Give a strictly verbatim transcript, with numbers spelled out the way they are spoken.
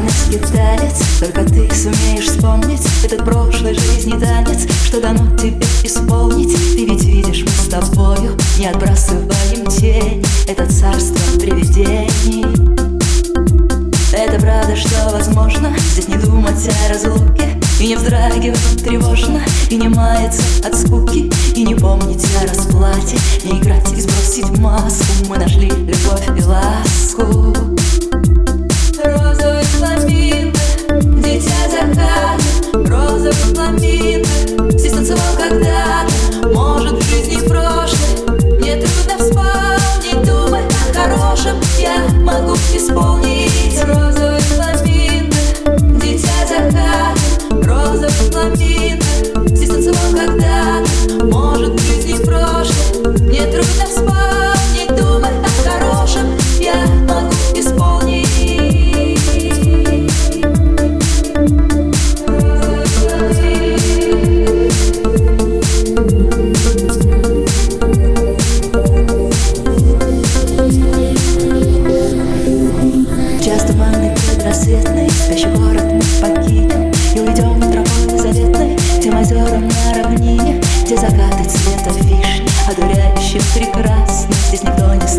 скиталец, только ты сумеешь вспомнить этот прошлой жизни танец, что дано тебе исполнить. Ты ведь видишь, мы с тобою не отбрасываем тень, это царство привидений. Это правда, что возможно здесь не думать о разлуке, и не вздрагивать тревожно, и не маяться от скуки, и не помнить о расплате, не играть и сбросить маску. Мы нашли любовь и ласку. Розовый фламинго, дитя заката, розовый фламинго, здесь танцевал когда-то. Может, в жизни прошлой мне трудно вспомнить, думать о хорошем я могу исполнить. Розовый фламинго, дитя заката, розовый фламинго, здесь танцевал когда-то. Может, в жизни прошлой мне трудно вспомнить, думать о хорошем я могу исполнить. Час туманный, предрассветный, спящий город мы покинем и уйдем тропой заветной к тем озерам на равнине, где закаты цвета вишни, одуряющие прекрасно. Здесь никто не